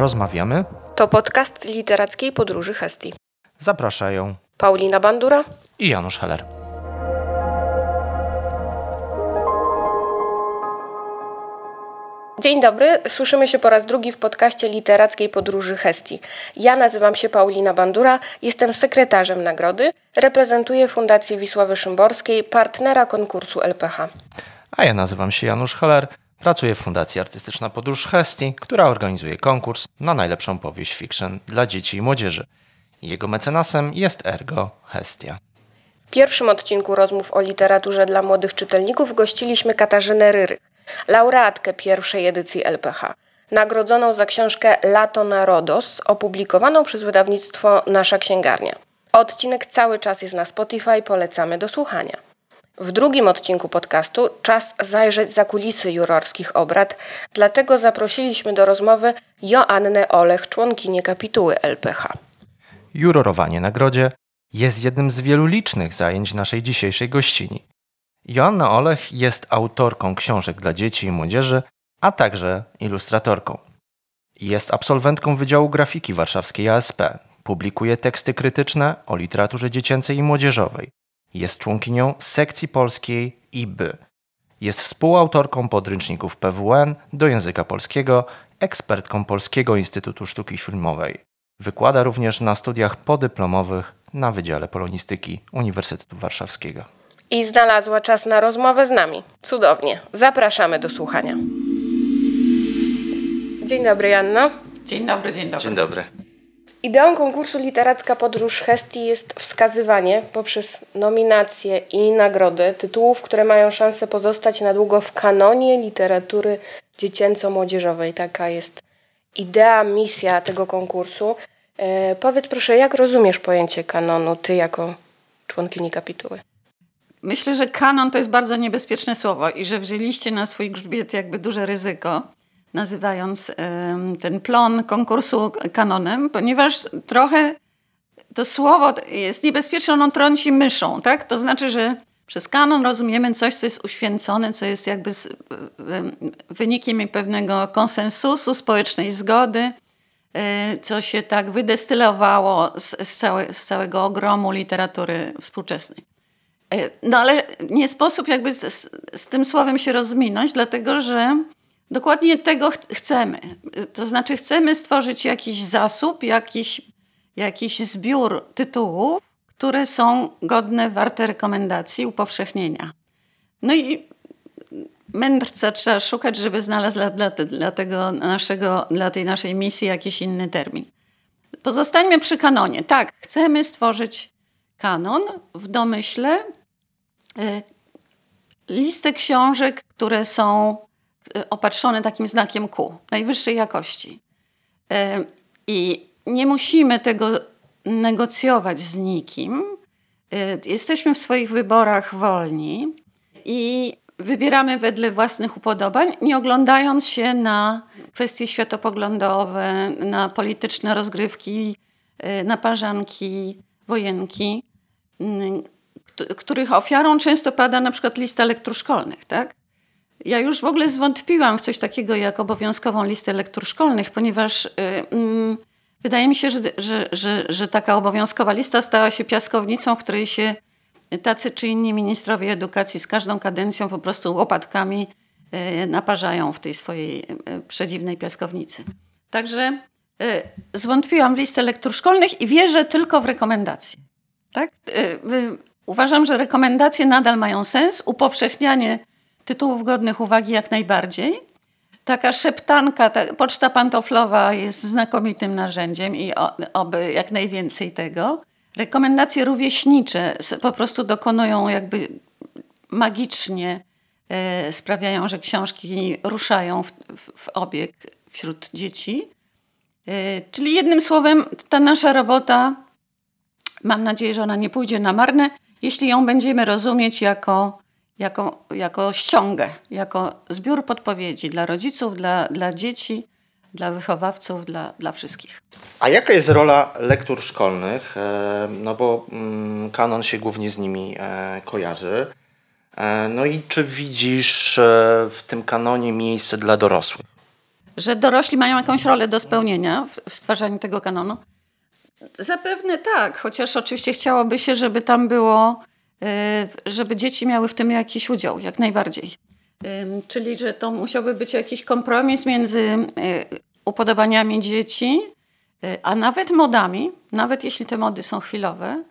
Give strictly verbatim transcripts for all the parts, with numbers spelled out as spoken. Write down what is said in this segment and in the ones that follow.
Rozmawiamy. To podcast literackiej podróży Hestii. Zapraszają Paulina Bandura i Janusz Heller. Dzień dobry, słyszymy się po raz drugi w podcaście literackiej podróży Hestii. Ja nazywam się Paulina Bandura, jestem sekretarzem nagrody, reprezentuję Fundację Wisławy Szymborskiej, partnera konkursu L P H. A ja nazywam się Janusz Heller, pracuję w Fundacji Artystyczna Podróż Hestii, która organizuje konkurs na najlepszą powieść fiction dla dzieci i młodzieży. Jego mecenasem jest Ergo Hestia. W pierwszym odcinku rozmów o literaturze dla młodych czytelników gościliśmy Katarzynę Ryrych, laureatkę pierwszej edycji L P H, nagrodzoną za książkę Lato na Rodos, opublikowaną przez wydawnictwo Nasza Księgarnia. Odcinek cały czas jest na Spotify, polecamy do słuchania. W drugim odcinku podcastu czas zajrzeć za kulisy jurorskich obrad, dlatego zaprosiliśmy do rozmowy Joannę Olech, członkinię kapituły L P H. Jurorowanie nagrodzie jest jednym z wielu licznych zajęć naszej dzisiejszej gościni. Joanna Olech jest autorką książek dla dzieci i młodzieży, a także ilustratorką. Jest absolwentką Wydziału Grafiki Warszawskiej A S P. Publikuje teksty krytyczne o literaturze dziecięcej i młodzieżowej. Jest członkinią sekcji polskiej I B Y. Jest współautorką podręczników P W N do języka polskiego, ekspertką Polskiego Instytutu Sztuki Filmowej. Wykłada również na studiach podyplomowych na Wydziale Polonistyki Uniwersytetu Warszawskiego. I znalazła czas na rozmowę z nami. Cudownie. Zapraszamy do słuchania. Dzień dobry, Janno. Dzień dobry, dzień dobry. Dzień dobry. Ideą konkursu Literacka Podróż Hestii jest wskazywanie poprzez nominacje i nagrody tytułów, które mają szansę pozostać na długo w kanonie literatury dziecięco-młodzieżowej. Taka jest idea, misja tego konkursu. E, powiedz proszę, jak rozumiesz pojęcie kanonu, ty jako członkini kapituły? Myślę, że kanon to jest bardzo niebezpieczne słowo i że wzięliście na swój grzbiet jakby duże ryzyko, nazywając um, ten plon konkursu kanonem, ponieważ trochę to słowo jest niebezpieczne, ono trąci myszą, tak? To znaczy, że przez kanon rozumiemy coś, co jest uświęcone, co jest jakby z, wynikiem pewnego konsensusu, społecznej zgody, co się tak wydestylowało z, z, całe, z całego ogromu literatury współczesnej. No ale nie sposób jakby z, z tym słowem się rozminąć, dlatego że dokładnie tego ch- chcemy. To znaczy chcemy stworzyć jakiś zasób, jakiś, jakiś zbiór tytułów, które są godne, warte rekomendacji, upowszechnienia. No i mędrca trzeba szukać, żeby znaleźć dla, dla, dla, tego naszego, dla tej naszej misji jakiś inny termin. Pozostańmy przy kanonie. Tak, chcemy stworzyć kanon w domyśle, y, listę książek, które są opatrzone takim znakiem Q, najwyższej jakości. Y, I nie musimy tego negocjować z nikim. Y, jesteśmy w swoich wyborach wolni i wybieramy wedle własnych upodobań, nie oglądając się na kwestie światopoglądowe, na polityczne rozgrywki, y, na parzanki, wojenki, których ofiarą często pada na przykład lista lektur szkolnych, tak? Ja już w ogóle zwątpiłam w coś takiego jak obowiązkową listę lektur szkolnych, ponieważ yy, wydaje mi się, że, że, że, że taka obowiązkowa lista stała się piaskownicą, w której się tacy czy inni ministrowie edukacji z każdą kadencją po prostu łopatkami yy, naparzają w tej swojej yy, przedziwnej piaskownicy. Także yy, zwątpiłam w listę lektur szkolnych i wierzę tylko w rekomendacje. Tak? Uważam, że rekomendacje nadal mają sens, upowszechnianie tytułów godnych uwagi jak najbardziej. Taka szeptanka, ta poczta pantoflowa jest znakomitym narzędziem i oby jak najwięcej tego. Rekomendacje rówieśnicze po prostu dokonują jakby magicznie, e, sprawiają, że książki ruszają w, w, w obieg wśród dzieci. E, czyli jednym słowem ta nasza robota, mam nadzieję, że ona nie pójdzie na marne, jeśli ją będziemy rozumieć jako, jako, jako ściągę, jako zbiór podpowiedzi dla rodziców, dla, dla dzieci, dla wychowawców, dla, dla wszystkich. A jaka jest rola lektur szkolnych? No bo kanon się głównie z nimi kojarzy. No i czy widzisz w tym kanonie miejsce dla dorosłych? że dorośli mają jakąś rolę do spełnienia w, w stwarzaniu tego kanonu? Zapewne tak, chociaż oczywiście chciałoby się, żeby tam było, żeby dzieci miały w tym jakiś udział, jak najbardziej. Czyli, że to musiałby być jakiś kompromis między upodobaniami dzieci, a nawet modami, nawet jeśli te mody są chwilowe,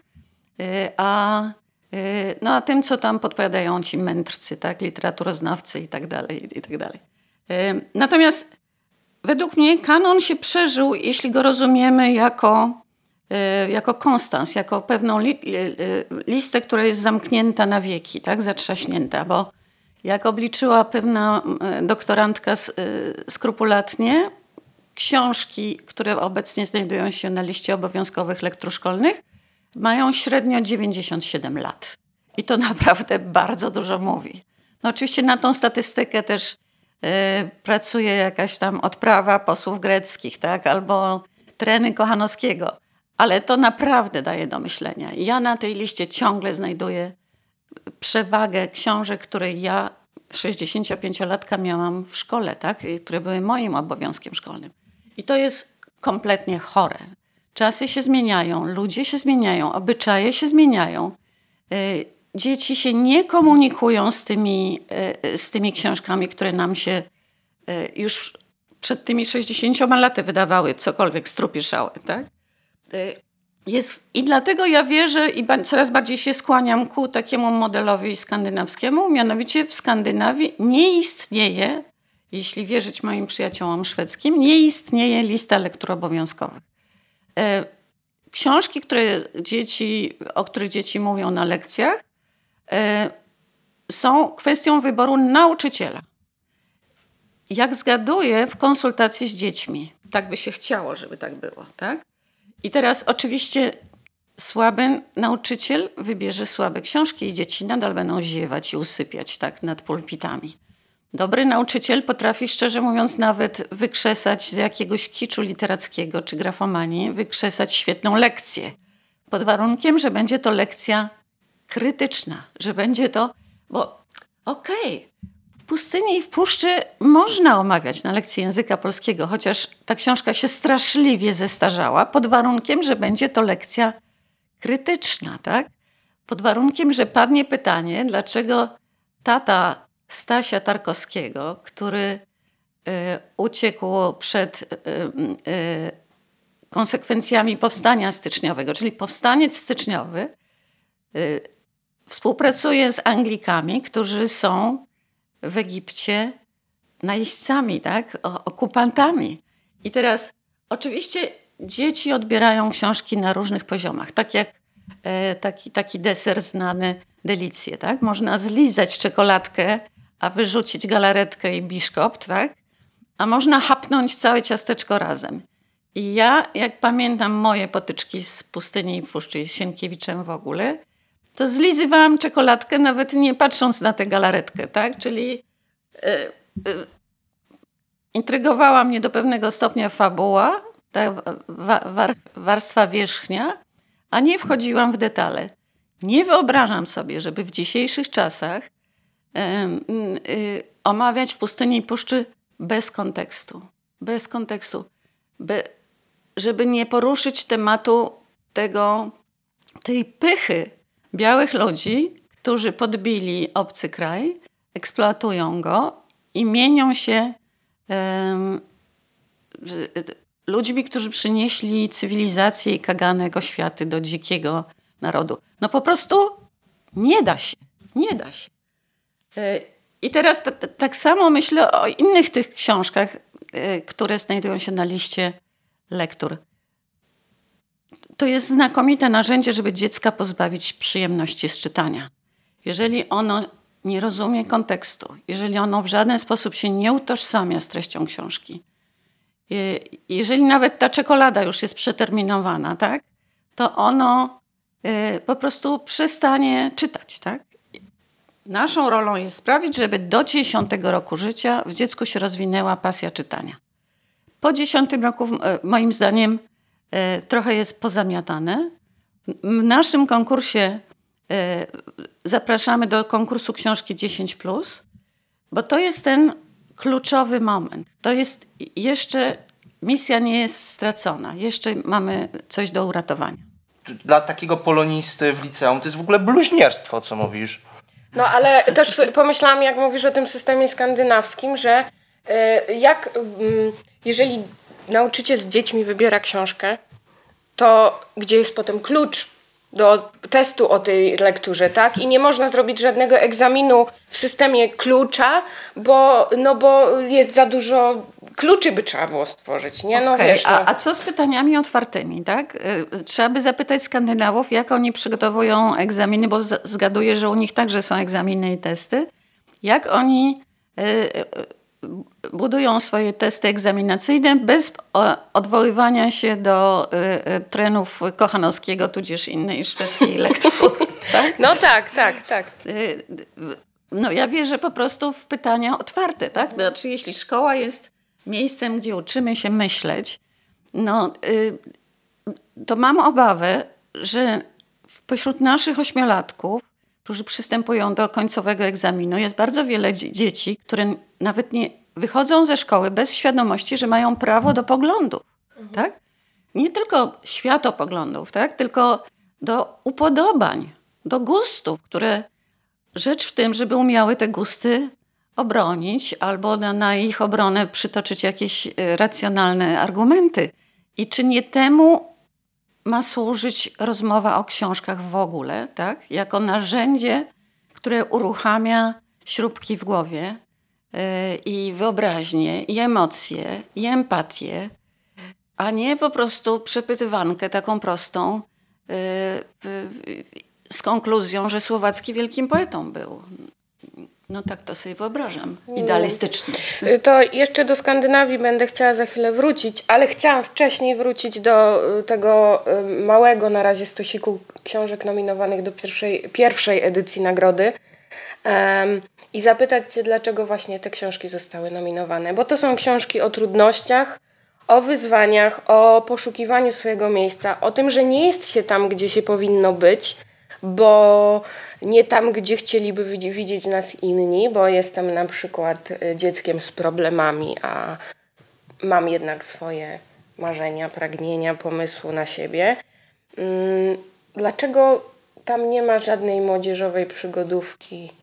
a, no, a tym, co tam podpowiadają ci mędrcy, tak, literaturoznawcy i tak dalej, i tak dalej. Natomiast według mnie kanon się przeżył, jeśli go rozumiemy jako, jako konstans, jako pewną li, listę, która jest zamknięta na wieki, tak, zatrzaśnięta, bo jak obliczyła pewna doktorantka skrupulatnie, książki, które obecnie znajdują się na liście obowiązkowych lektur szkolnych, mają średnio dziewięćdziesiąt siedem lat. I to naprawdę bardzo dużo mówi. No oczywiście na tą statystykę też yy, pracuje jakaś tam odprawa posłów greckich, tak? Albo treny Kochanowskiego. Ale to naprawdę daje do myślenia. Ja na tej liście ciągle znajduję przewagę książek, które ja, sześćdziesięciopięciolatka, miałam w szkole, tak? Które były moim obowiązkiem szkolnym. I to jest kompletnie chore. Czasy się zmieniają, ludzie się zmieniają, obyczaje się zmieniają. Dzieci się nie komunikują z tymi, z tymi książkami, które nam się już przed tymi sześćdziesięcioma laty wydawały cokolwiek strupieszały, tak? Jest, I dlatego ja wierzę i ba- coraz bardziej się skłaniam ku takiemu modelowi skandynawskiemu. Mianowicie w Skandynawii nie istnieje, jeśli wierzyć moim przyjaciołom szwedzkim, nie istnieje lista lektur obowiązkowych. E, książki, które dzieci, o których dzieci mówią na lekcjach, e, są kwestią wyboru nauczyciela. Jak zgaduję, w konsultacji z dziećmi. Tak by się chciało, żeby tak było, tak? I teraz oczywiście słaby nauczyciel wybierze słabe książki i dzieci nadal będą ziewać i usypiać, tak, nad pulpitami. Dobry nauczyciel potrafi, szczerze mówiąc, nawet wykrzesać z jakiegoś kiczu literackiego czy grafomanii, wykrzesać świetną lekcję. Pod warunkiem, że będzie to lekcja krytyczna, że będzie to, bo okej, okay, w pustyni i w puszczy można omawiać na lekcji języka polskiego, chociaż ta książka się straszliwie zestarzała, pod warunkiem, że będzie to lekcja krytyczna, tak? Pod warunkiem, że padnie pytanie, dlaczego tata Stasia Tarkowskiego, który y, uciekł przed y, y, konsekwencjami powstania styczniowego, czyli powstaniec styczniowy, y, współpracuje z Anglikami, którzy są w Egipcie najeźdźcami, tak? O, okupantami. I teraz oczywiście dzieci odbierają książki na różnych poziomach, tak jak e, taki, taki deser znany, delicje, tak? Można zlizać czekoladkę, a wyrzucić galaretkę i biszkopt, tak? A można chapnąć całe ciasteczko razem. I ja, jak pamiętam moje potyczki z Pustyni i Puszczy i z Sienkiewiczem w ogóle, to zlizywałam czekoladkę, nawet nie patrząc na tę galaretkę, tak? Czyli y, y, intrygowała mnie do pewnego stopnia fabuła, ta wa, war, warstwa wierzchnia, a nie wchodziłam w detale. Nie wyobrażam sobie, żeby w dzisiejszych czasach y, y, omawiać w Pustyni i Puszczy bez kontekstu. Bez kontekstu. By, żeby nie poruszyć tematu tego, tej pychy białych ludzi, którzy podbili obcy kraj, eksploatują go i mienią się um, ludźmi, którzy przynieśli cywilizację i kaganek oświaty do dzikiego narodu. No po prostu nie da się. Nie da się. I teraz t- t- tak samo myślę o innych tych książkach, które znajdują się na liście lektur. To jest znakomite narzędzie, żeby dziecka pozbawić przyjemności z czytania. Jeżeli ono nie rozumie kontekstu, jeżeli ono w żaden sposób się nie utożsamia z treścią książki, jeżeli nawet ta czekolada już jest przeterminowana, tak, to ono y, po prostu przestanie czytać. Tak? Naszą rolą jest sprawić, żeby do dziesiątego roku życia w dziecku się rozwinęła pasja czytania. Po dziesiątym roku, moim zdaniem, trochę jest pozamiatane. W naszym konkursie zapraszamy do konkursu książki dziesięć plus, bo to jest ten kluczowy moment. To jest jeszcze, misja nie jest stracona. Jeszcze mamy coś do uratowania. Dla takiego polonisty w liceum to jest w ogóle bluźnierstwo, co mówisz. No ale też pomyślałam, jak mówisz o tym systemie skandynawskim, że y, jak y, jeżeli nauczyciel z dziećmi wybiera książkę, to gdzie jest potem klucz do testu o tej lekturze, tak? I nie można zrobić żadnego egzaminu w systemie klucza, bo, no bo jest za dużo kluczy by trzeba było stworzyć, nie? No okay. wiesz, no. a, a co z pytaniami otwartymi, tak? Trzeba by zapytać Skandynawów, jak oni przygotowują egzaminy, bo z- zgaduję, że u nich także są egzaminy i testy. Jak oni y, y, budują swoje testy egzaminacyjne bez o, odwoływania się do y, y, trenów Kochanowskiego, tudzież innej szwedzkiej lektury. Tak? No tak, tak, tak. Y, no ja wierzę po prostu w pytania otwarte, tak? Znaczy, jeśli szkoła jest miejscem, gdzie uczymy się myśleć, no y, to mam obawę, że pośród naszych ośmiolatków, którzy przystępują do końcowego egzaminu, jest bardzo wiele dzie- dzieci, które nawet nie wychodzą ze szkoły bez świadomości, że mają prawo do poglądów, mhm. tak? Nie tylko światopoglądów, tak? Tylko do upodobań, do gustów, które rzecz w tym, żeby umiały te gusty obronić albo na, na ich obronę przytoczyć jakieś y, racjonalne argumenty. I czy nie temu ma służyć rozmowa o książkach w ogóle, tak? Jako narzędzie, które uruchamia śrubki w głowie yy, i wyobraźnię, i emocje, i empatię, a nie po prostu przepytywankę taką prostą yy, yy, z konkluzją, że Słowacki wielkim poetą był. No tak to sobie wyobrażam, idealistycznie. To jeszcze do Skandynawii będę chciała za chwilę wrócić, ale chciałam wcześniej wrócić do tego małego na razie stosiku książek nominowanych do pierwszej, pierwszej edycji nagrody um, i zapytać Cię, dlaczego właśnie te książki zostały nominowane. Bo to są książki o trudnościach, o wyzwaniach, o poszukiwaniu swojego miejsca, o tym, że nie jest się tam, gdzie się powinno być, bo nie tam, gdzie chcieliby widzieć nas inni, bo jestem na przykład dzieckiem z problemami, a mam jednak swoje marzenia, pragnienia, pomysłu na siebie. Dlaczego tam nie ma żadnej młodzieżowej przygodówki?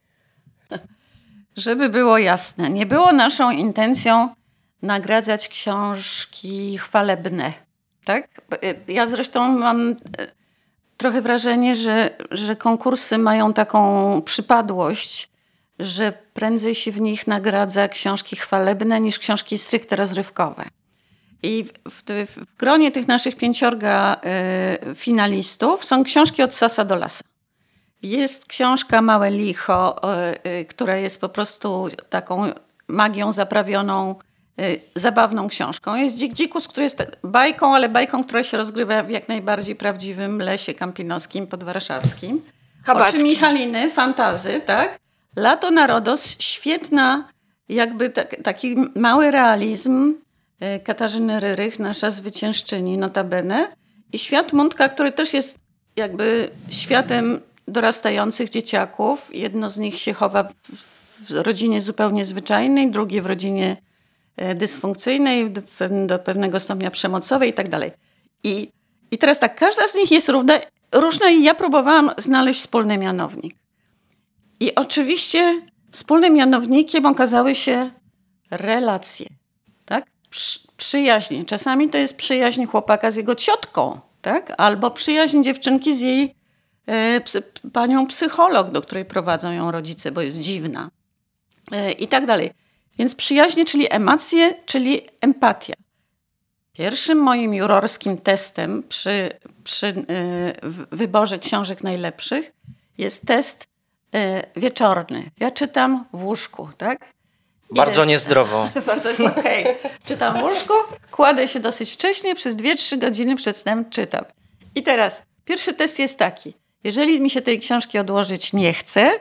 Żeby było jasne, nie było naszą intencją nagradzać książki chwalebne, tak? Ja zresztą mam trochę wrażenie, że, że konkursy mają taką przypadłość, że prędzej się w nich nagradza książki chwalebne niż książki stricte rozrywkowe. I w, w, w gronie tych naszych pięciorga y, finalistów są książki od sasa do lasa. Jest książka Małe licho, y, y, która jest po prostu taką magią zaprawioną, y, zabawną książką. Jest Dzik Dzikus, który jest bajką, ale bajką, która się rozgrywa w jak najbardziej prawdziwym lesie kampinoskim podwarszawskim. Habacki. Oczy Michaliny, fantazy, tak? Lato na Rodos, świetna, jakby tak, taki mały realizm y, Katarzyny Ryrych, nasza zwyciężczyni notabene. I Świat Mundka, który też jest jakby światem dorastających dzieciaków. Jedno z nich się chowa w, w rodzinie zupełnie zwyczajnej, drugie w rodzinie dysfunkcyjnej, do, do pewnego stopnia przemocowej i tak dalej. I, i teraz tak, każda z nich jest równa, różna i ja próbowałam znaleźć wspólny mianownik. I oczywiście wspólnym mianownikiem okazały się relacje, tak? Przy, przyjaźnie. Czasami to jest przyjaźń chłopaka z jego ciotką, tak? Albo przyjaźń dziewczynki z jej e, p, panią psycholog, do której prowadzą ją rodzice, bo jest dziwna. E, I tak dalej. Więc przyjaźnie, czyli emocje, czyli empatia. Pierwszym moim jurorskim testem przy, przy y, wyborze książek najlepszych jest test y, wieczorny. Ja czytam w łóżku, tak? Bardzo niezdrowo. Bardzo okej. Okay. Czytam w łóżku, kładę się dosyć wcześnie, przez dwie trzy godziny przed snem czytam. I teraz pierwszy test jest taki. Jeżeli mi się tej książki odłożyć nie chce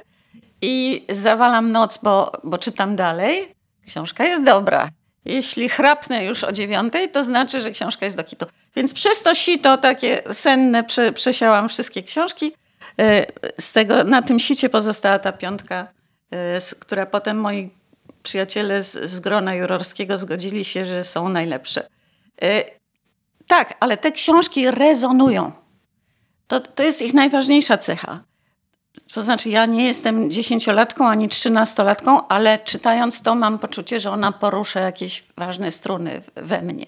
i zawalam noc, bo, bo czytam dalej, książka jest dobra. Jeśli chrapnę już o dziewiątej, to znaczy, że książka jest do kitu. Więc przez to sito takie senne prze, przesiałam wszystkie książki. Z tego, na tym sicie pozostała ta piątka, która potem moi przyjaciele z, z grona jurorskiego zgodzili się, że są najlepsze. E, tak, ale te książki rezonują. To, to jest ich najważniejsza cecha. To znaczy, ja nie jestem dziesięciolatką ani trzynastolatką, ale czytając to mam poczucie, że ona porusza jakieś ważne struny we mnie.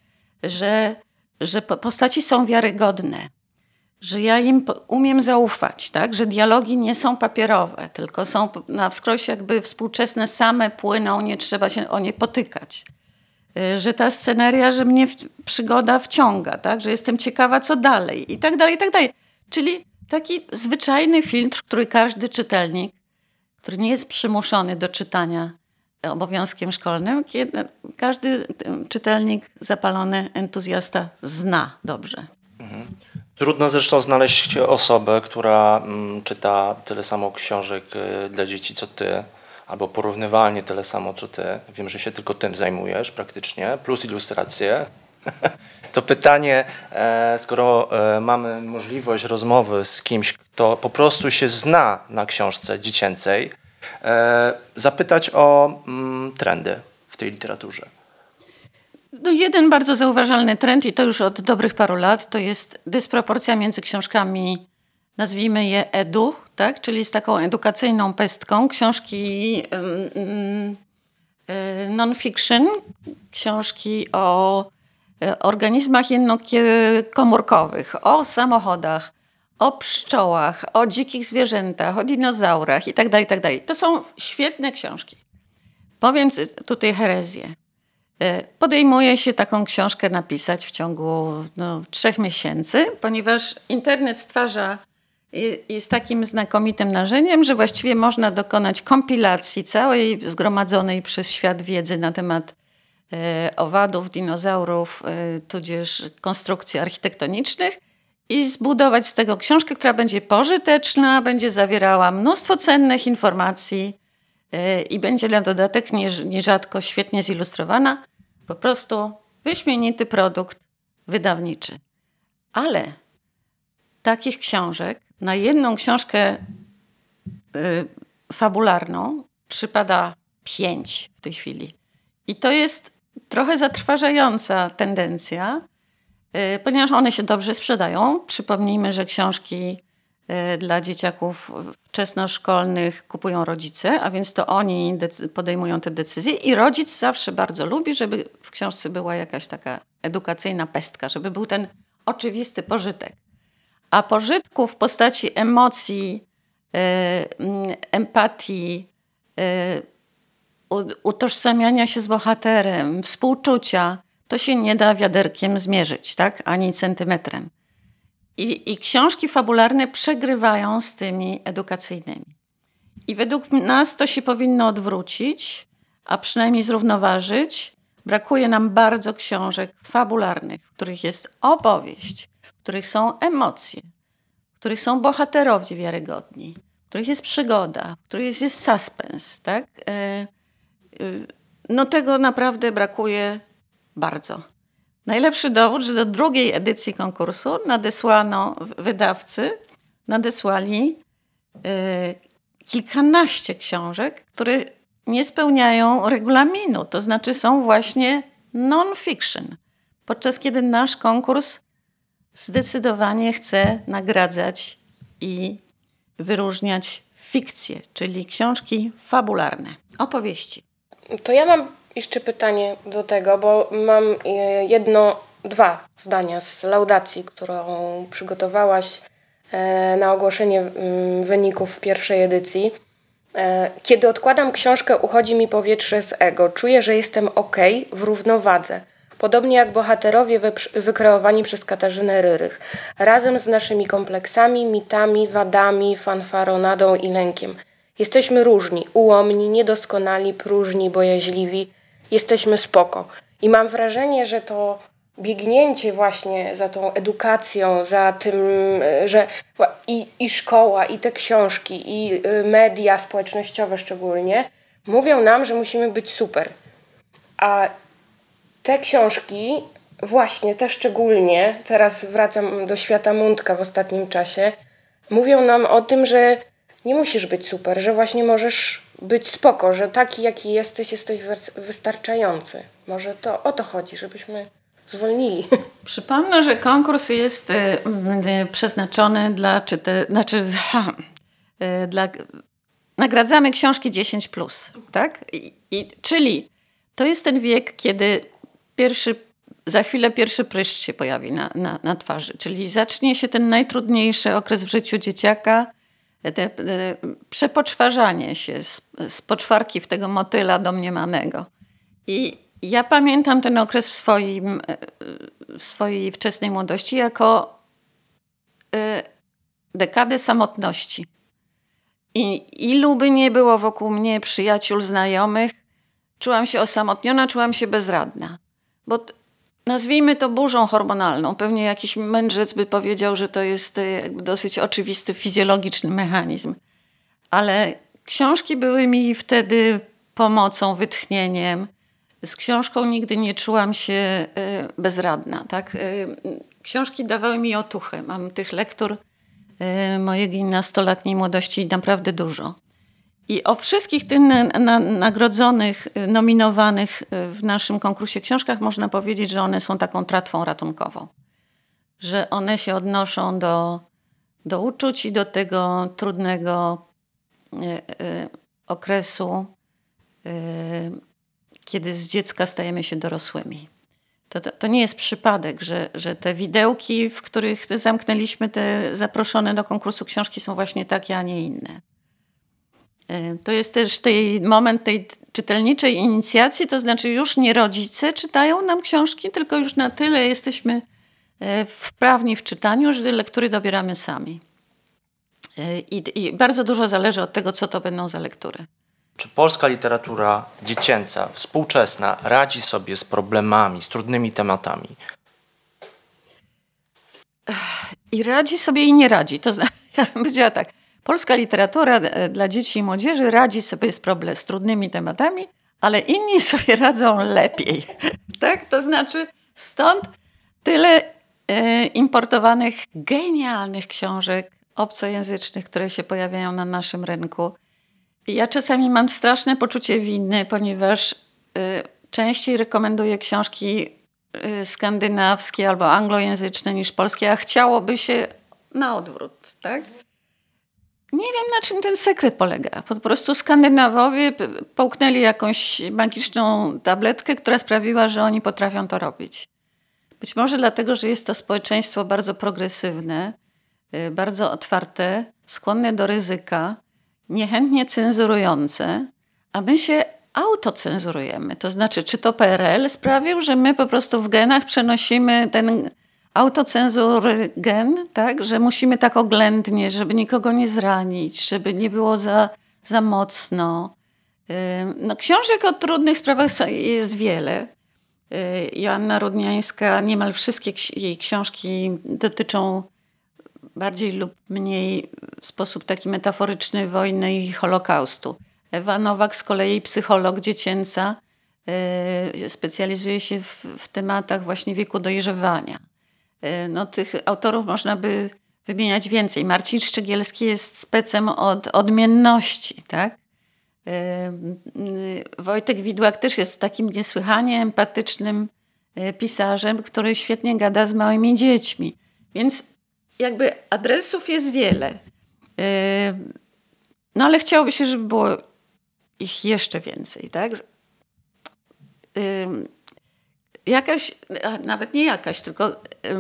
Że, że postaci są wiarygodne. Że ja im umiem zaufać, tak? Że dialogi nie są papierowe, tylko są na wskroś jakby współczesne, same płyną, nie trzeba się o nie potykać. Że ta sceneria, że mnie przygoda wciąga, tak? Że jestem ciekawa, co dalej i tak dalej, i tak dalej. Czyli taki zwyczajny filtr, który każdy czytelnik, który nie jest przymuszony do czytania obowiązkiem szkolnym, kiedy każdy czytelnik, zapalony entuzjasta zna dobrze. Mhm. Trudno zresztą znaleźć osobę, która mm, czyta tyle samo książek y, dla dzieci, co ty, albo porównywalnie tyle samo, co ty. Wiem, że się tylko tym zajmujesz praktycznie, plus ilustracje. To pytanie, e, skoro e, mamy możliwość rozmowy z kimś, kto po prostu się zna na książce dziecięcej, e, zapytać o mm, trendy w tej literaturze. No jeden bardzo zauważalny trend i to już od dobrych paru lat, to jest dysproporcja między książkami, nazwijmy je edu, tak? Czyli z taką edukacyjną pestką, książki um, um, non-fiction, książki o organizmach jednokomórkowych, o samochodach, o pszczołach, o dzikich zwierzętach, o dinozaurach itd., itd. To są świetne książki. Powiem tutaj herezję. Podejmuje się taką książkę napisać w ciągu no, trzech miesięcy, ponieważ internet stwarza, jest takim znakomitym narzędziem, że właściwie można dokonać kompilacji całej zgromadzonej przez świat wiedzy na temat owadów, dinozaurów, tudzież konstrukcji architektonicznych i zbudować z tego książkę, która będzie pożyteczna, będzie zawierała mnóstwo cennych informacji i będzie na dodatek nierzadko świetnie zilustrowana. Po prostu wyśmienity produkt wydawniczy. Ale takich książek na jedną książkę fabularną przypada pięć w tej chwili. I to jest trochę zatrważająca tendencja, ponieważ one się dobrze sprzedają. Przypomnijmy, że książki dla dzieciaków wczesnoszkolnych kupują rodzice, a więc to oni podejmują te decyzje i rodzic zawsze bardzo lubi, żeby w książce była jakaś taka edukacyjna pestka, żeby był ten oczywisty pożytek. A pożytku w postaci emocji, empatii, utożsamiania się z bohaterem, współczucia, to się nie da wiaderkiem zmierzyć, tak? Ani centymetrem. I, I książki fabularne przegrywają z tymi edukacyjnymi. I według nas to się powinno odwrócić, a przynajmniej zrównoważyć. Brakuje nam bardzo książek fabularnych, w których jest opowieść, w których są emocje, w których są bohaterowie wiarygodni, w których jest przygoda, w których jest suspens, tak? No tego naprawdę brakuje bardzo. Najlepszy dowód, że do drugiej edycji konkursu nadesłano, wydawcy nadesłali y, kilkanaście książek, które nie spełniają regulaminu, to znaczy są właśnie non-fiction. Podczas kiedy nasz konkurs zdecydowanie chce nagradzać i wyróżniać fikcję, czyli książki fabularne, opowieści. To ja mam jeszcze pytanie do tego, bo mam jedno, dwa zdania z laudacji, którą przygotowałaś na ogłoszenie wyników pierwszej edycji. Kiedy odkładam książkę, uchodzi mi powietrze z ego. Czuję, że jestem okej, w równowadze. Podobnie jak bohaterowie wykreowani przez Katarzynę Ryrych. Razem z naszymi kompleksami, mitami, wadami, fanfaronadą i lękiem. Jesteśmy różni, ułomni, niedoskonali, próżni, bojaźliwi. Jesteśmy spoko. I mam wrażenie, że to biegnięcie właśnie za tą edukacją, za tym, że i, i szkoła, i te książki, i media społecznościowe szczególnie, mówią nam, że musimy być super. A te książki, właśnie te szczególnie, teraz wracam do Świata Mundka w ostatnim czasie, mówią nam o tym, że nie musisz być super, że właśnie możesz być spoko, że taki jaki jesteś, jesteś wystarczający. Może to o to chodzi, żebyśmy zwolnili. Przypomnę, że konkurs jest y, y, przeznaczony dla czytel... Znaczy, ha, y, dla... Nagradzamy książki dziesięć plus, tak? I, i, czyli to jest ten wiek, kiedy pierwszy, za chwilę pierwszy pryszcz się pojawi na, na, na twarzy. Czyli zacznie się ten najtrudniejszy okres w życiu dzieciaka, te, te, przepoczwarzanie się z, z poczwarki w tego motyla domniemanego. I ja pamiętam ten okres w, swoim, w swojej wczesnej młodości jako y, dekadę samotności. I ilu by nie było wokół mnie przyjaciół, znajomych, czułam się osamotniona, czułam się bezradna. Bo t- nazwijmy to burzą hormonalną. Pewnie jakiś mędrzec by powiedział, że to jest jakby dosyć oczywisty, fizjologiczny mechanizm. Ale książki były mi wtedy pomocą, wytchnieniem. Z książką nigdy nie czułam się y, bezradna. Tak? Y, książki dawały mi otuchę. Mam tych lektur y, mojej nastoletniej młodości naprawdę dużo. I o wszystkich tych na, na, nagrodzonych, nominowanych w naszym konkursie książkach można powiedzieć, że one są taką tratwą ratunkową. Że one się odnoszą do, do uczuć i do tego trudnego y, y, okresu, y, kiedy z dziecka stajemy się dorosłymi. To, to, to nie jest przypadek, że, że te widełki, w których zamknęliśmy te zaproszone do konkursu książki, są właśnie takie, a nie inne. To jest też tej moment tej czytelniczej inicjacji, to znaczy już nie rodzice czytają nam książki, tylko już na tyle jesteśmy wprawni w czytaniu, że lektury dobieramy sami. I, i bardzo dużo zależy od tego, co to będą za lektury. Czy polska literatura dziecięca, współczesna radzi sobie z problemami, z trudnymi tematami? I radzi sobie i nie radzi. To znaczy, ja bym powiedziała tak. Polska literatura dla dzieci i młodzieży radzi sobie z, problem, z trudnymi tematami, ale inni sobie radzą lepiej. Tak? To znaczy stąd tyle e, importowanych, genialnych książek obcojęzycznych, które się pojawiają na naszym rynku. I ja czasami mam straszne poczucie winy, ponieważ y, częściej rekomenduję książki y, skandynawskie albo anglojęzyczne niż polskie, a chciałoby się na odwrót, tak? Nie wiem, na czym ten sekret polega. Po prostu Skandynawowie połknęli jakąś magiczną tabletkę, która sprawiła, że oni potrafią to robić. Być może dlatego, że jest to społeczeństwo bardzo progresywne, y, bardzo otwarte, skłonne do ryzyka, niechętnie cenzurujące, a my się autocenzurujemy. To znaczy, czy to P R L sprawił, że my po prostu w genach przenosimy ten autocenzury gen, tak? Że musimy tak oględnie, żeby nikogo nie zranić, żeby nie było za, za mocno. No, książek o trudnych sprawach jest wiele. Joanna Rudniańska, niemal wszystkie jej książki dotyczą bardziej lub mniej w sposób taki metaforyczny wojny i Holokaustu. Ewa Nowak z kolei, psycholog dziecięca, yy, specjalizuje się w, w tematach właśnie wieku dojrzewania. Yy, no, tych autorów można by wymieniać więcej. Marcin Szczygielski jest specem od odmienności, tak? Yy, yy, Wojtek Widłak też jest takim niesłychanie empatycznym yy, pisarzem, który świetnie gada z małymi dziećmi. Więc jakby adresów jest wiele. No ale chciałoby się, żeby było ich jeszcze więcej, tak? Jakaś, nawet nie jakaś, tylko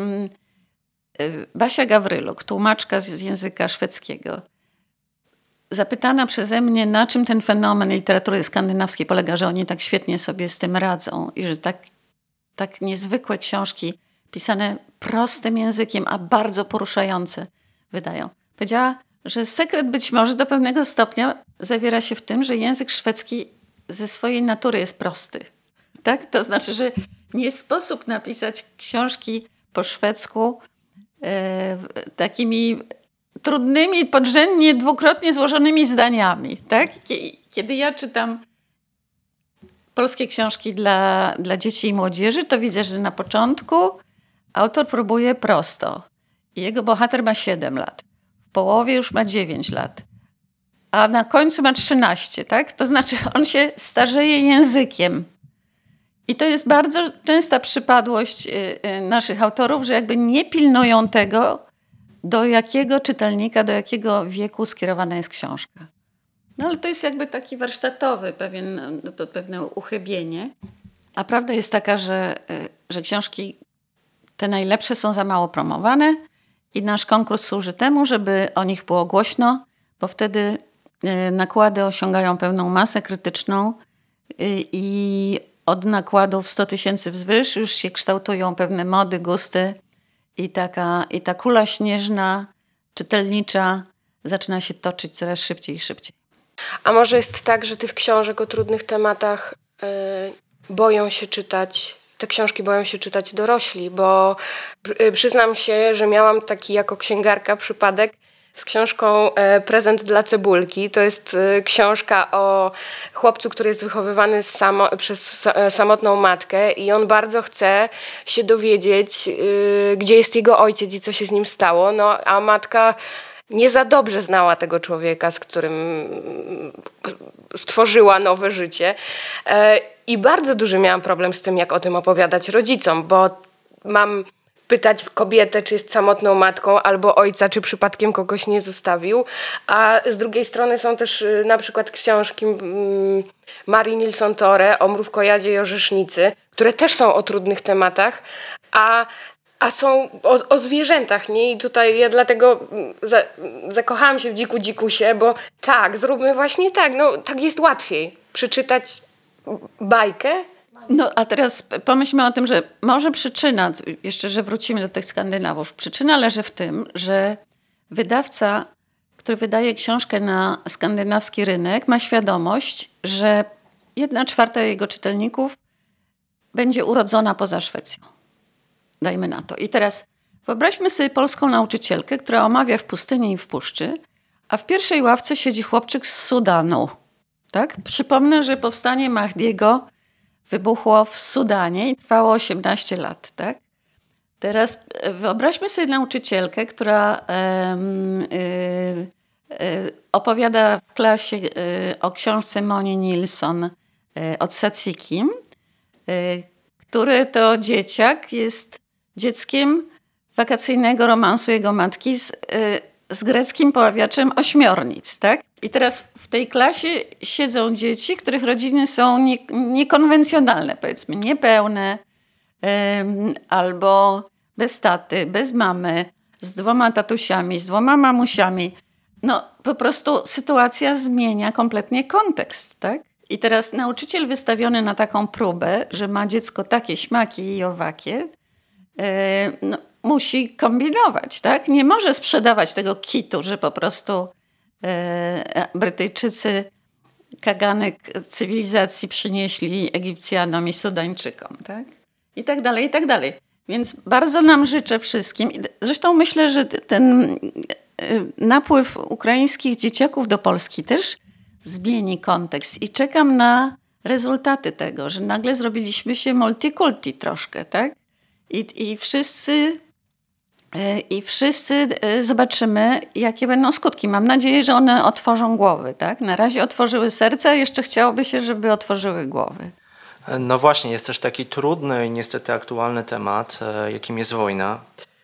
Basia Gawryluk, tłumaczka z języka szwedzkiego, zapytana przeze mnie, na czym ten fenomen literatury skandynawskiej polega, że oni tak świetnie sobie z tym radzą i że tak, tak niezwykłe książki pisane prostym językiem, a bardzo poruszające wydają. Powiedziała, że sekret być może do pewnego stopnia zawiera się w tym, że język szwedzki ze swojej natury jest prosty. Tak? To znaczy, że nie sposób napisać książki po szwedzku e, takimi trudnymi, podrzędnie, dwukrotnie złożonymi zdaniami. Tak? Kiedy ja czytam polskie książki dla, dla dzieci i młodzieży, to widzę, że na początku autor próbuje prosto. Jego bohater ma siedem lat. W połowie już ma dziewięć lat. a na końcu ma trzynaście, tak? To znaczy on się starzeje językiem. I to jest bardzo częsta przypadłość naszych autorów, że jakby nie pilnują tego, do jakiego czytelnika, do jakiego wieku skierowana jest książka. No ale to jest jakby taki warsztatowy pewien, pewne uchybienie. A prawda jest taka, że, że książki te najlepsze są za mało promowane i nasz konkurs służy temu, żeby o nich było głośno, bo wtedy nakłady osiągają pewną masę krytyczną i od nakładów sto tysięcy wzwyż już się kształtują pewne mody, gusty i, taka, i ta kula śnieżna, czytelnicza zaczyna się toczyć coraz szybciej i szybciej. A może jest tak, że tych książek o trudnych tematach yy, boją się czytać, te książki boją się czytać dorośli, bo yy, przyznam się, że miałam taki jako księgarka przypadek z książką e, Prezent dla cebulki. To jest e, książka o chłopcu, który jest wychowywany samo, przez sa, samotną matkę i on bardzo chce się dowiedzieć, e, gdzie jest jego ojciec i co się z nim stało. No, a matka nie za dobrze znała tego człowieka, z którym stworzyła nowe życie. E, I bardzo duży miałam problem z tym, jak o tym opowiadać rodzicom, bo mam pytać kobietę, czy jest samotną matką, albo ojca, czy przypadkiem kogoś nie zostawił. A z drugiej strony są też y, na przykład książki y, Marii Nilsson-Tore o mrówkojadzie i orzesznicy, które też są o trudnych tematach, a, a są o, o zwierzętach, nie? I tutaj ja dlatego za, zakochałam się w Dziku Dzikusie, bo tak, zróbmy właśnie tak, no tak jest łatwiej przeczytać bajkę. No a teraz pomyślmy o tym, że może przyczyna, jeszcze że wrócimy do tych Skandynawów, przyczyna leży w tym, że wydawca, który wydaje książkę na skandynawski rynek, ma świadomość, że jedna czwarta jego czytelników będzie urodzona poza Szwecją. Dajmy na to. I teraz wyobraźmy sobie polską nauczycielkę, która omawia w pustyni i w puszczy, a w pierwszej ławce siedzi chłopczyk z Sudanu. Tak? Przypomnę, że powstanie Mahdiego wybuchło w Sudanie i trwało osiemnaście lat, tak? Teraz wyobraźmy sobie nauczycielkę, która um, y, y, opowiada w klasie y, o książce Moni Nilsson y, od Satsiki, y, który to dzieciak jest dzieckiem wakacyjnego romansu jego matki z, y, z greckim poławiaczem ośmiornic, tak? I teraz w tej klasie siedzą dzieci, których rodziny są nie, niekonwencjonalne, powiedzmy niepełne, ym, albo bez taty, bez mamy, z dwoma tatusiami, z dwoma mamusiami. No po prostu sytuacja zmienia kompletnie kontekst, tak? I teraz nauczyciel wystawiony na taką próbę, że ma dziecko takie śmaki i owakie, yy, no, musi kombinować, tak? Nie może sprzedawać tego kitu, że po prostu Brytyjczycy kaganek cywilizacji przynieśli Egipcjanom i Sudańczykom, tak? I tak dalej, i tak dalej. Więc bardzo nam życzę wszystkim. Zresztą myślę, że ten napływ ukraińskich dzieciaków do Polski też zmieni kontekst i czekam na rezultaty tego, że nagle zrobiliśmy się multikulti troszkę, tak? I, i wszyscy... I wszyscy zobaczymy, jakie będą skutki. Mam nadzieję, że one otworzą głowy. Tak? Na razie otworzyły serca, jeszcze chciałoby się, żeby otworzyły głowy. No właśnie, jest też taki trudny i niestety aktualny temat, jakim jest wojna.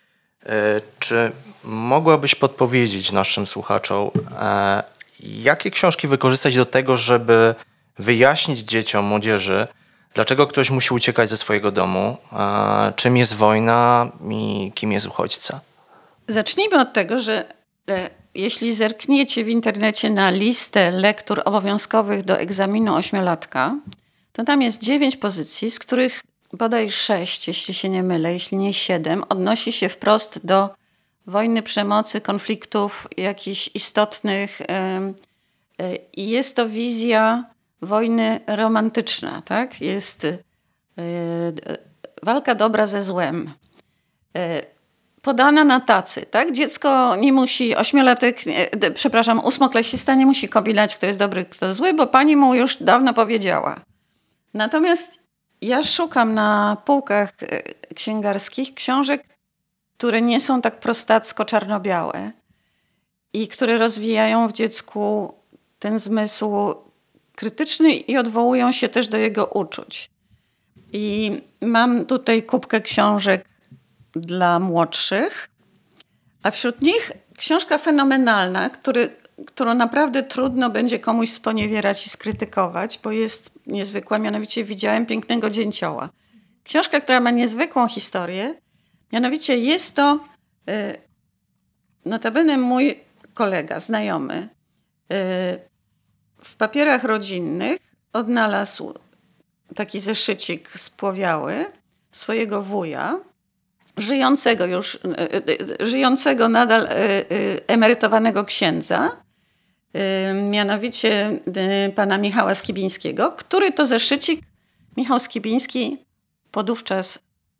Czy mogłabyś podpowiedzieć naszym słuchaczom, jakie książki wykorzystać do tego, żeby wyjaśnić dzieciom, młodzieży, dlaczego ktoś musi uciekać ze swojego domu? Czym jest wojna i kim jest uchodźca? Zacznijmy od tego, że e, jeśli zerkniecie w internecie na listę lektur obowiązkowych do egzaminu ośmiolatka, to tam jest dziewięć pozycji, z których bodaj sześć, jeśli się nie mylę, jeśli nie siedem, odnosi się wprost do wojny, przemocy, konfliktów jakichś istotnych. E, e, I jest to wizja wojny romantyczna, tak? Jest y, y, walka dobra ze złem. Y, podana na tacy, tak? Dziecko nie musi, ośmiolatek, y, przepraszam, ósmoklasista nie musi kombinać, kto jest dobry, kto zły, bo pani mu już dawno powiedziała. Natomiast ja szukam na półkach y, księgarskich książek, które nie są tak prostacko czarno-białe i które rozwijają w dziecku ten zmysł krytyczny i odwołują się też do jego uczuć. I mam tutaj kubkę książek dla młodszych, a wśród nich książka fenomenalna, który, którą naprawdę trudno będzie komuś sponiewierać i skrytykować, bo jest niezwykła, mianowicie Widziałem pięknego dzięcioła. Książka, która ma niezwykłą historię, mianowicie jest to y, notabene mój kolega, znajomy, y, w papierach rodzinnych odnalazł taki zeszycik spłowiały swojego wuja, żyjącego już, żyjącego nadal emerytowanego księdza, mianowicie pana Michała Skibińskiego, który to zeszycik Michał Skibiński, podówczas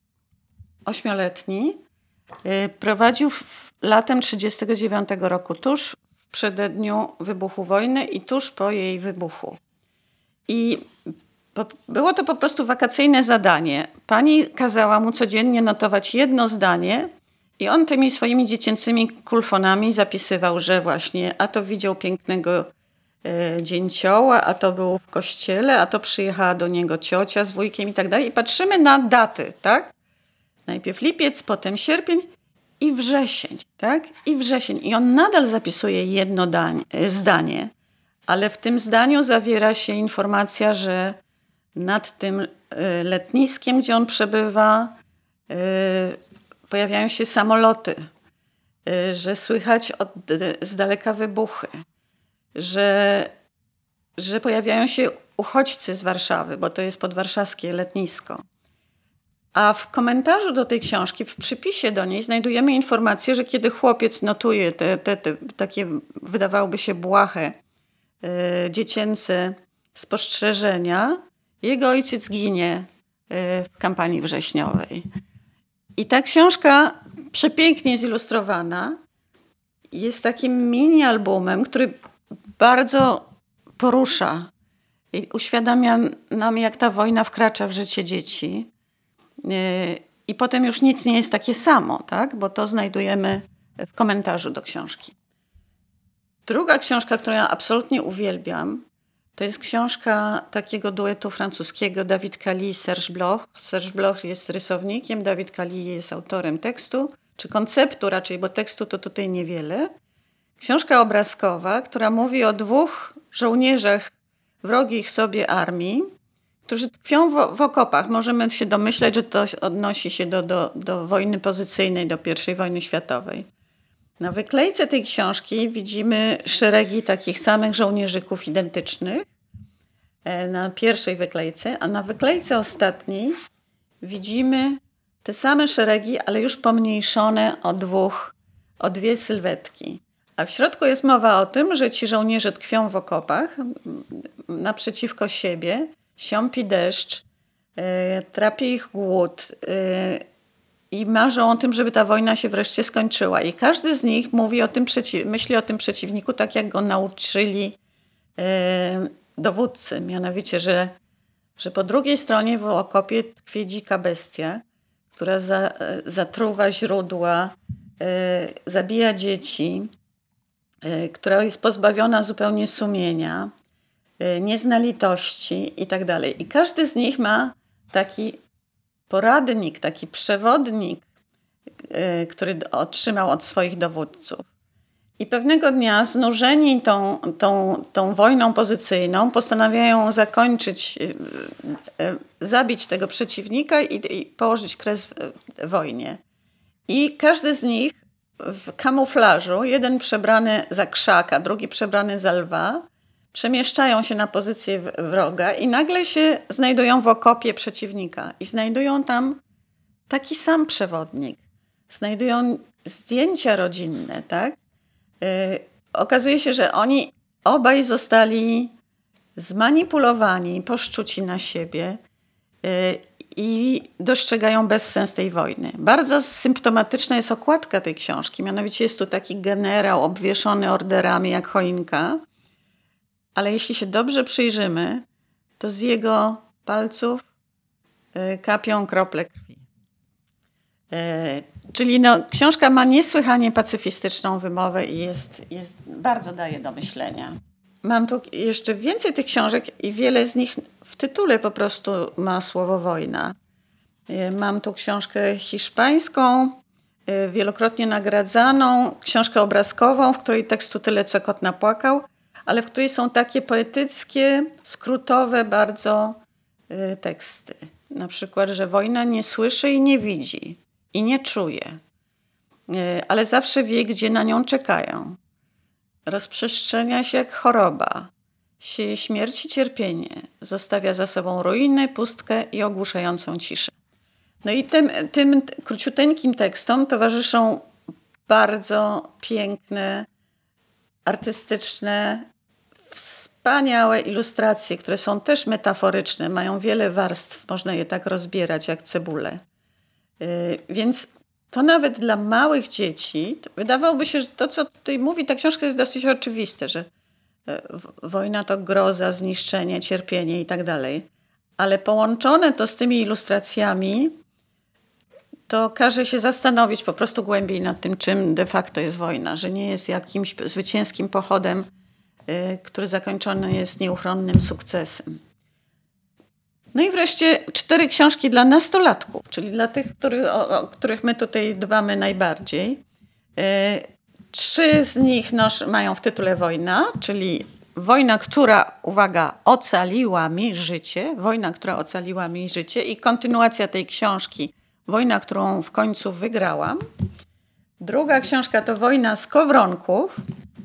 ośmioletni, prowadził w latem trzydziestego dziewiątego roku, tuż w przededniu wybuchu wojny i tuż po jej wybuchu. I było to po prostu wakacyjne zadanie. Pani kazała mu codziennie notować jedno zdanie i on tymi swoimi dziecięcymi kulfonami zapisywał, że właśnie a to widział pięknego e, dzięcioła, a to był w kościele, a to przyjechała do niego ciocia z wujkiem i tak dalej. I patrzymy na daty, tak? Najpierw lipiec, potem sierpień i wrzesień, tak? I wrzesień. I on nadal zapisuje jedno dań, zdanie, ale w tym zdaniu zawiera się informacja, że nad tym letniskiem, gdzie on przebywa, pojawiają się samoloty, że słychać od, z daleka wybuchy, że, że pojawiają się uchodźcy z Warszawy, bo to jest podwarszawskie letnisko. A w komentarzu do tej książki, w przypisie do niej znajdujemy informację, że kiedy chłopiec notuje te, te, te takie, wydawałoby się błahe, y, dziecięce spostrzeżenia, jego ojciec ginie w kampanii wrześniowej. I ta książka, przepięknie zilustrowana, jest takim mini-albumem, który bardzo porusza i uświadamia nam, jak ta wojna wkracza w życie dzieci. I potem już nic nie jest takie samo, tak? Bo to znajdujemy w komentarzu do książki. Druga książka, którą ja absolutnie uwielbiam, to jest książka takiego duetu francuskiego David Cali i Serge Bloch. Serge Bloch jest rysownikiem, David Cali jest autorem tekstu, czy konceptu raczej, bo tekstu to tutaj niewiele. Książka obrazkowa, która mówi o dwóch żołnierzach wrogich sobie armii, którzy tkwią w, w okopach. Możemy się domyśleć, że to odnosi się do, do, do wojny pozycyjnej, do pierwszej wojny światowej. Na wyklejce tej książki widzimy szeregi takich samych żołnierzyków identycznych na pierwszej wyklejce, a na wyklejce ostatniej widzimy te same szeregi, ale już pomniejszone o dwóch, o dwie sylwetki. A w środku jest mowa o tym, że ci żołnierze tkwią w okopach naprzeciwko siebie, siąpi deszcz, yy, trapi ich głód, yy, i marzą o tym, żeby ta wojna się wreszcie skończyła. I każdy z nich mówi o tym przeciw- myśli o tym przeciwniku tak, jak go nauczyli e, dowódcy. Mianowicie, że, że po drugiej stronie w okopie tkwi dzika bestia, która za, e, zatruwa źródła, e, zabija dzieci, e, która jest pozbawiona zupełnie sumienia, e, nie zna litości i tak dalej. I każdy z nich ma taki poradnik, taki przewodnik, yy, który otrzymał od swoich dowódców. I pewnego dnia znużeni tą, tą, tą wojną pozycyjną postanawiają zakończyć, yy, yy, zabić tego przeciwnika i, i położyć kres w, w wojnie. I każdy z nich w kamuflażu, jeden przebrany za krzaka, drugi przebrany za lwa, przemieszczają się na pozycję wroga i nagle się znajdują w okopie przeciwnika. I znajdują tam taki sam przewodnik. Znajdują zdjęcia rodzinne, tak? Yy, okazuje się, że oni obaj zostali zmanipulowani, poszczuci na siebie yy, i dostrzegają bezsens tej wojny. Bardzo symptomatyczna jest okładka tej książki. Mianowicie jest tu taki generał obwieszony orderami jak choinka. Ale jeśli się dobrze przyjrzymy, to z jego palców y, kapią krople krwi. Y, czyli no, książka ma niesłychanie pacyfistyczną wymowę i jest, jest, bardzo daje do myślenia. Mam tu jeszcze więcej tych książek i wiele z nich w tytule po prostu ma słowo wojna. Mam tu książkę hiszpańską, wielokrotnie nagradzaną, książkę obrazkową, w której tekstu tyle, co kot napłakał, ale w której są takie poetyckie, skrótowe bardzo teksty. Na przykład, że wojna nie słyszy i nie widzi i nie czuje, ale zawsze wie, gdzie na nią czekają. Rozprzestrzenia się jak choroba, sieje śmierć i cierpienie, zostawia za sobą ruinę, pustkę i ogłuszającą ciszę. No i tym, tym króciuteńkim tekstom towarzyszą bardzo piękne, artystyczne, wspaniałe ilustracje, które są też metaforyczne, mają wiele warstw, można je tak rozbierać jak cebulę. Yy, więc to nawet dla małych dzieci, wydawałoby się, że to, co tutaj mówi ta książka, jest dosyć oczywiste, że wojna to groza, zniszczenie, cierpienie i tak dalej. Ale połączone to z tymi ilustracjami, to każe się zastanowić po prostu głębiej nad tym, czym de facto jest wojna, że nie jest jakimś zwycięskim pochodem, y, który zakończony jest nieuchronnym sukcesem. No i wreszcie cztery książki dla nastolatków, czyli dla tych, który, o, o których my tutaj dbamy najbardziej. Y, trzy z nich nosz, mają w tytule wojna, czyli wojna, która, uwaga, ocaliła mi życie. Wojna, która ocaliła mi życie i kontynuacja tej książki. Wojna, którą w końcu wygrałam. Druga książka to Wojna Skowronków,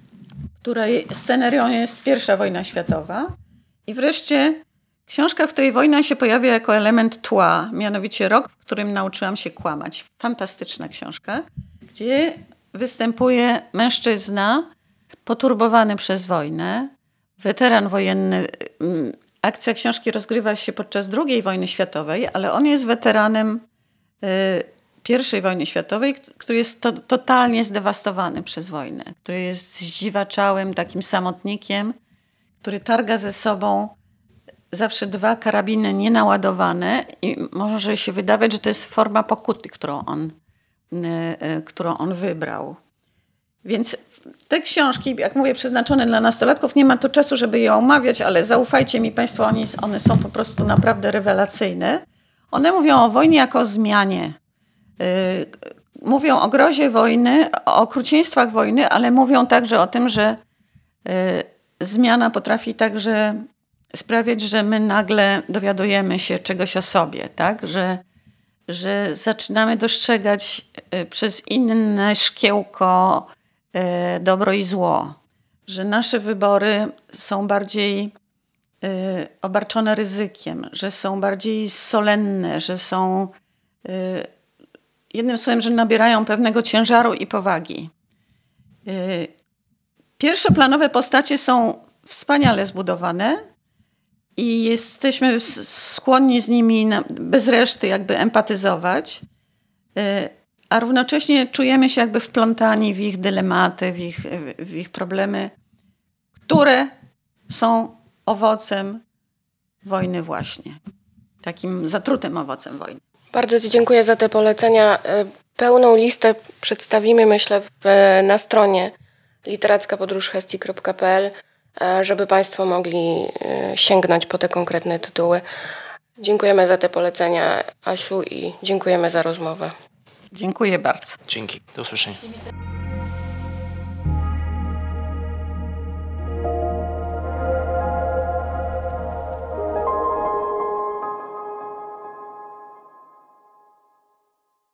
której scenarią jest pierwsza wojna światowa. I wreszcie książka, w której wojna się pojawia jako element tła, mianowicie Rok, w którym nauczyłam się kłamać. Fantastyczna książka, gdzie występuje mężczyzna poturbowany przez wojnę, weteran wojenny. Akcja książki rozgrywa się podczas drugiej wojny światowej, ale on jest weteranem pierwszej wojny światowej, który jest to, totalnie zdewastowany przez wojnę, który jest zdziwaczałym takim samotnikiem, który targa ze sobą zawsze dwa karabiny nienaładowane i może się wydawać, że to jest forma pokuty, którą on, którą on wybrał. Więc te książki, jak mówię, przeznaczone dla nastolatków, nie ma tu czasu, żeby je omawiać, ale zaufajcie mi Państwo, one, one są po prostu naprawdę rewelacyjne. One mówią o wojnie jako o zmianie. Yy, mówią o grozie wojny, o okrucieństwach wojny, ale mówią także o tym, że yy, zmiana potrafi także sprawiać, że my nagle dowiadujemy się czegoś o sobie, tak? Że, że zaczynamy dostrzegać yy, przez inne szkiełko yy, dobro i zło. Że nasze wybory są bardziej yy, obarczone ryzykiem, że są bardziej solenne, że są yy, jednym słowem, że nabierają pewnego ciężaru i powagi. Yy, pierwszoplanowe postacie są wspaniale zbudowane i jesteśmy skłonni z nimi na, bez reszty jakby empatyzować, yy, a równocześnie czujemy się jakby wplątani w ich dylematy, w ich, w ich problemy, które są owocem wojny właśnie. Takim zatrutym owocem wojny. Bardzo Ci dziękuję za te polecenia. Pełną listę przedstawimy, myślę, w, na stronie literacka podróż hestii kropka pe el, żeby Państwo mogli sięgnąć po te konkretne tytuły. Dziękujemy za te polecenia, Asiu, i dziękujemy za rozmowę. Dziękuję bardzo. Dzięki. Do usłyszenia.